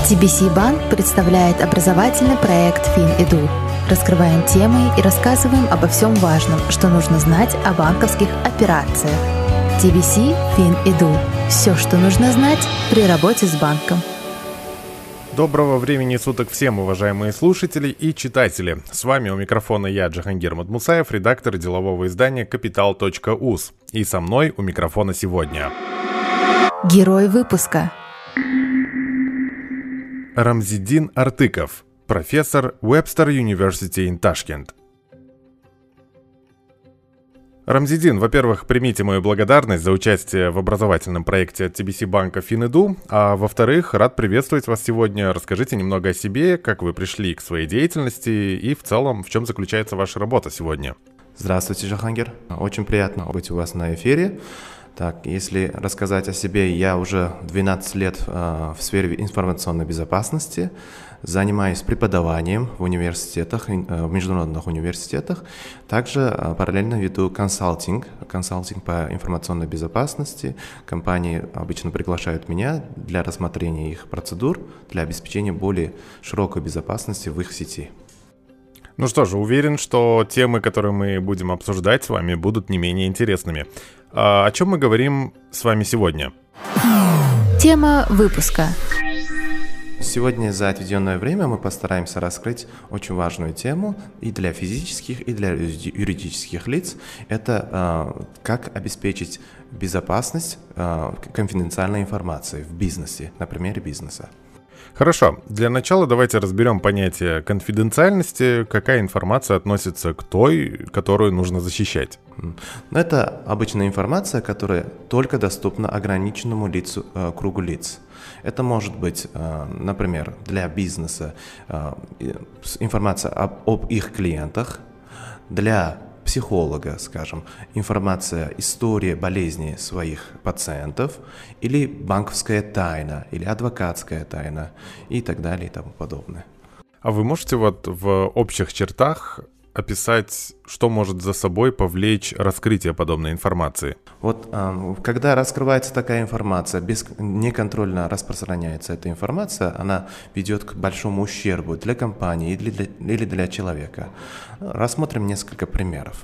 TBC Банк представляет образовательный проект FinEdu. Раскрываем темы и рассказываем обо всем важном, что нужно знать о банковских операциях. TBC FinEdu. Все, что нужно знать при работе с банком. Доброго времени суток всем, уважаемые слушатели и читатели. С вами у микрофона я, Джахангир Мадмусаев, редактор делового издания Capital.us. И со мной у микрофона сегодня Герой выпуска. Рамзиддин Артыков, профессор Webster University in Tashkent. Рамзиддин, во-первых, примите мою благодарность за участие в образовательном проекте от TBC банка FinEdu, а во-вторых, рад приветствовать вас сегодня. Расскажите немного о себе, как вы пришли к своей деятельности и в целом, в чем заключается ваша работа сегодня. Здравствуйте, Джахангир. Очень приятно быть у вас на эфире. Так, если рассказать о себе, я уже 12 лет в сфере информационной безопасности, занимаюсь преподаванием в университетах, в международных университетах. Также параллельно веду консалтинг по информационной безопасности. Компании обычно приглашают меня для рассмотрения их процедур, для обеспечения более широкой безопасности в их сети. Ну что же, уверен, что темы, которые мы будем обсуждать с вами, будут не менее интересными. О чем мы говорим с вами сегодня? Тема выпуска. Сегодня за отведенное время мы постараемся раскрыть очень важную тему и для физических, и для юридических лиц. Это как обеспечить безопасность конфиденциальной информации в бизнесе, на примере бизнеса. Хорошо, для начала давайте разберем понятие конфиденциальности, какая информация относится к той, которую нужно защищать. Это обычная информация, которая только доступна ограниченному кругу лиц. Это может быть, например, для бизнеса информация об их клиентах, для психолога, скажем, информация, история болезни своих пациентов, или банковская тайна, или адвокатская тайна, и так далее, и тому подобное. А вы можете вот в общих чертах описать, что может за собой повлечь раскрытие подобной информации? Вот когда раскрывается такая информация, неконтрольно распространяется эта информация, она ведет к большому ущербу для компании или для человека. Рассмотрим несколько примеров.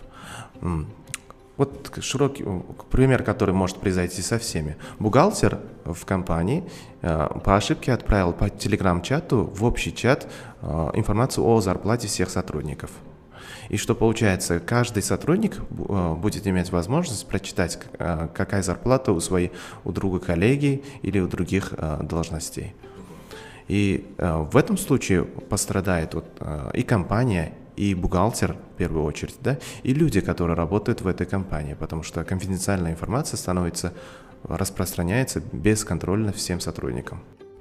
Вот широкий пример, который может произойти со всеми. Бухгалтер в компании по ошибке отправил по телеграм-чату в общий чат информацию о зарплате всех сотрудников. И что получается, каждый сотрудник будет иметь возможность прочитать, какая зарплата у друга коллеги или у других должностей. И в этом случае пострадает и компания, и бухгалтер в первую очередь, да, и люди, которые работают в этой компании, потому что конфиденциальная информация распространяется бесконтрольно всем сотрудникам.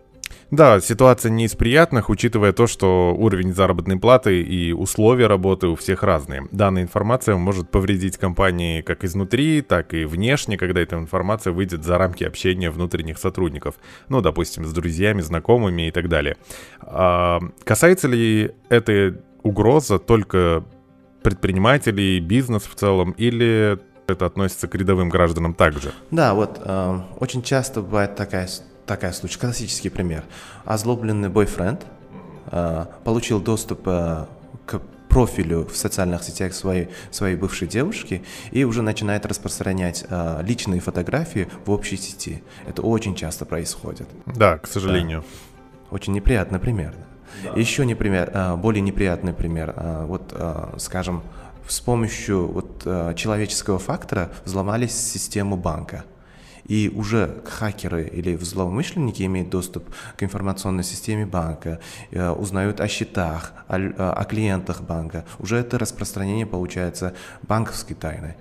Да, ситуация не из приятных, учитывая то, что уровень заработной платы и условия работы у всех разные. Данная информация может повредить компании как изнутри, так и внешне, когда эта информация выйдет за рамки общения внутренних сотрудников. Ну, допустим, с друзьями, знакомыми и так далее. Касается ли эта угроза только предпринимателей, бизнес в целом, или это относится к рядовым гражданам также? Да, вот очень часто бывает такая случай, классический пример. Озлобленный бойфренд получил доступ к профилю в социальных сетях своей бывшей девушки и уже начинает распространять личные фотографии в общей сети. Это очень часто происходит. Да, к сожалению. Да. Очень неприятный пример. Да. Еще более неприятный пример. Скажем, с помощью человеческого фактора взломали систему банка. И уже хакеры или злоумышленники имеют доступ к информационной системе банка, узнают о счетах, о клиентах банка. Уже это распространение получается банковской тайны.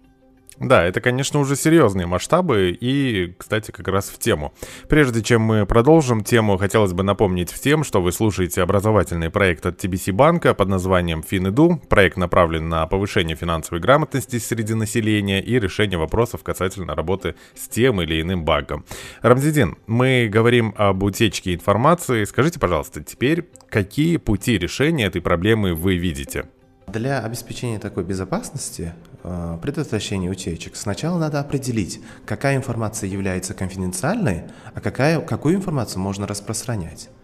Да, это, конечно, уже серьезные масштабы и, кстати, как раз в тему. Прежде чем мы продолжим тему, хотелось бы напомнить всем, что вы слушаете образовательный проект от TBC банка под названием FinEdu. Проект направлен на повышение финансовой грамотности среди населения и решение вопросов касательно работы с тем или иным банком. Рамзиддин, мы говорим об утечке информации. Скажите, пожалуйста, теперь, какие пути решения этой проблемы вы видите? Для обеспечения такой безопасности, предотвращения утечек, сначала надо определить, какая информация является конфиденциальной, а какую информацию можно распространять.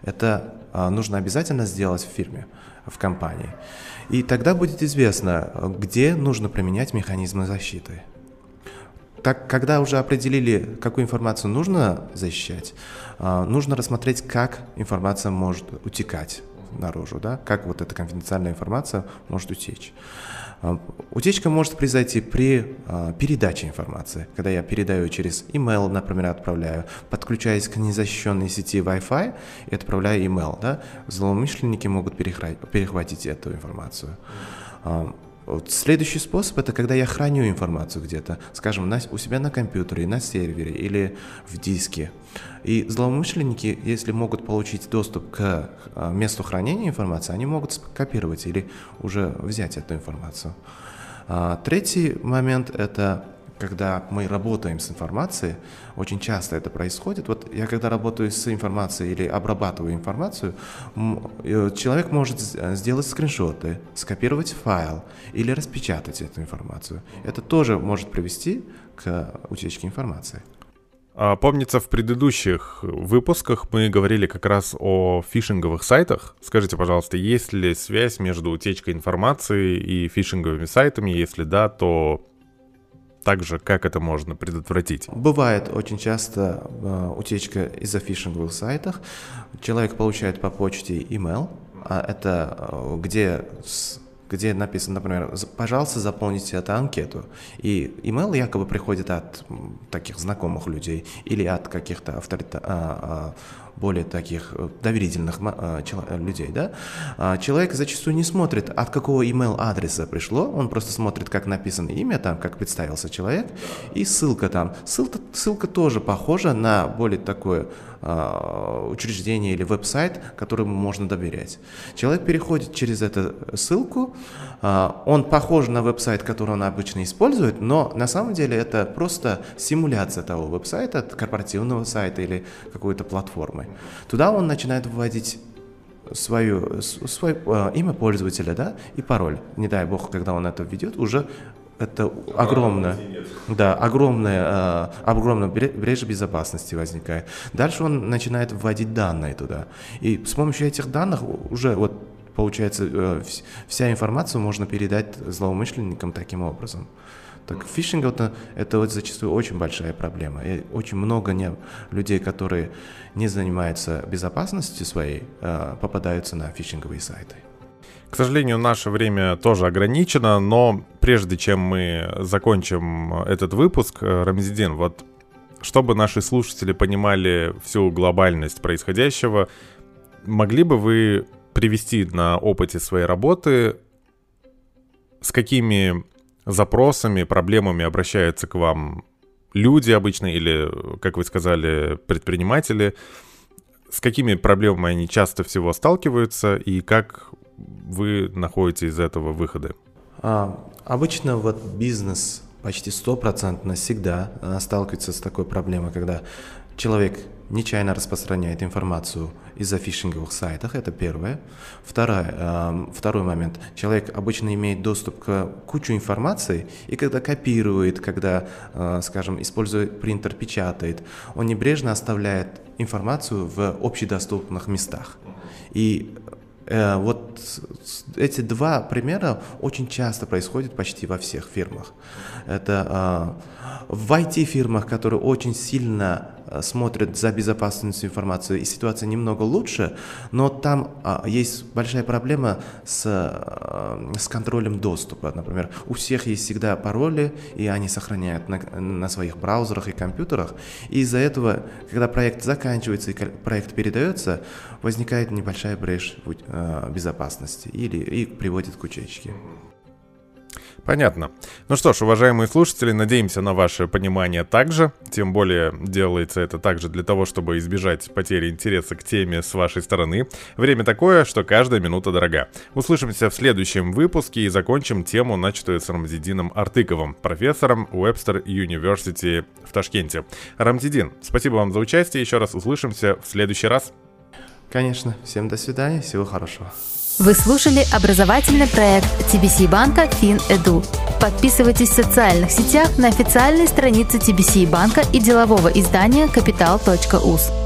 Это нужно обязательно сделать в фирме, в компании. И тогда будет известно, где нужно применять механизмы защиты. Так, когда уже определили, какую информацию нужно защищать, нужно рассмотреть, как информация может утекать наружу, да? Как вот эта конфиденциальная информация может утечь. Утечка может произойти при передаче информации. Когда я передаю через email, например, отправляю, подключаясь к незащищенной сети Wi-Fi и отправляю email, да? Злоумышленники могут перехватить эту информацию. Следующий способ – это когда я храню информацию где-то, скажем, у себя на компьютере, на сервере или в диске. И злоумышленники, если могут получить доступ к месту хранения информации, они могут скопировать или уже взять эту информацию. Третий момент – это когда мы работаем с информацией, очень часто это происходит. Вот я когда работаю с информацией или обрабатываю информацию, человек может сделать скриншоты, скопировать файл или распечатать эту информацию. Это тоже может привести к утечке информации. Помнится, в предыдущих выпусках мы говорили как раз о фишинговых сайтах. Скажите, пожалуйста, есть ли связь между утечкой информации и фишинговыми сайтами? Если да, то также как это можно предотвратить? Бывает очень часто утечка из-за фишинговых сайтов. Человек получает по почте email, это где написано, например, пожалуйста, заполните эту анкету. И email якобы приходит от таких знакомых людей или от каких-то более таких доверительных людей, да? Человек зачастую не смотрит, от какого email-адреса пришло, он просто смотрит, как написано имя там, как представился человек, и ссылка там. Ссылка тоже похожа на более такое учреждение или веб-сайт, которому можно доверять. Человек переходит через эту ссылку, он похож на веб-сайт, который он обычно использует, но на самом деле это просто симуляция того веб-сайта, корпоративного сайта или какой-то платформы. Туда он начинает вводить свое имя пользователя, да, и пароль. Не дай бог, когда он это введет, уже это огромная брешь безопасности возникает. Дальше он начинает вводить данные туда. И с помощью этих данных уже вот получается вся информацию можно передать злоумышленникам таким образом. Так, фишинг это вот зачастую очень большая проблема. И очень много людей, которые не занимаются безопасностью своей, попадаются на фишинговые сайты. К сожалению, наше время тоже ограничено, но прежде чем мы закончим этот выпуск, Рамзидин, вот чтобы наши слушатели понимали всю глобальность происходящего, могли бы вы привести на опыте своей работы, с какими запросами, проблемами обращаются к вам люди обычно или, как вы сказали, предприниматели, с какими проблемами они часто всего сталкиваются и как вы находите из этого выходы? Обычно вот бизнес почти 100% всегда сталкивается с такой проблемой, когда человек нечаянно распространяет информацию из-за фишинговых сайтов, это первое. Второй момент. Человек обычно имеет доступ к куче информации, и когда копирует, когда, скажем, используя принтер, печатает, он небрежно оставляет информацию в общедоступных местах. И вот эти два примера очень часто происходят почти во всех фирмах. Это в IT-фирмах, которые очень сильно смотрят за безопасностью информации, и ситуация немного лучше, но там есть большая проблема с контролем доступа. Например, у всех есть всегда пароли, и они сохраняют на своих браузерах и компьютерах. И из-за этого, когда проект заканчивается и проект передается, возникает небольшая брешь безопасности и приводит к утечке. Понятно. Ну что ж, уважаемые слушатели, надеемся на ваше понимание также. Тем более делается это также для того, чтобы избежать потери интереса к теме с вашей стороны. Время такое, что каждая минута дорога. Услышимся в следующем выпуске и закончим тему, начатую с Рамзидином Артыковым, профессором Webster University в Ташкенте. Рамзидин, спасибо вам за участие. Еще раз услышимся в следующий раз. Конечно. Всем до свидания. Всего хорошего. Вы слушали образовательный проект TBC банка FinEdu. Подписывайтесь в социальных сетях на официальной странице TBC банка и делового издания Capital.us.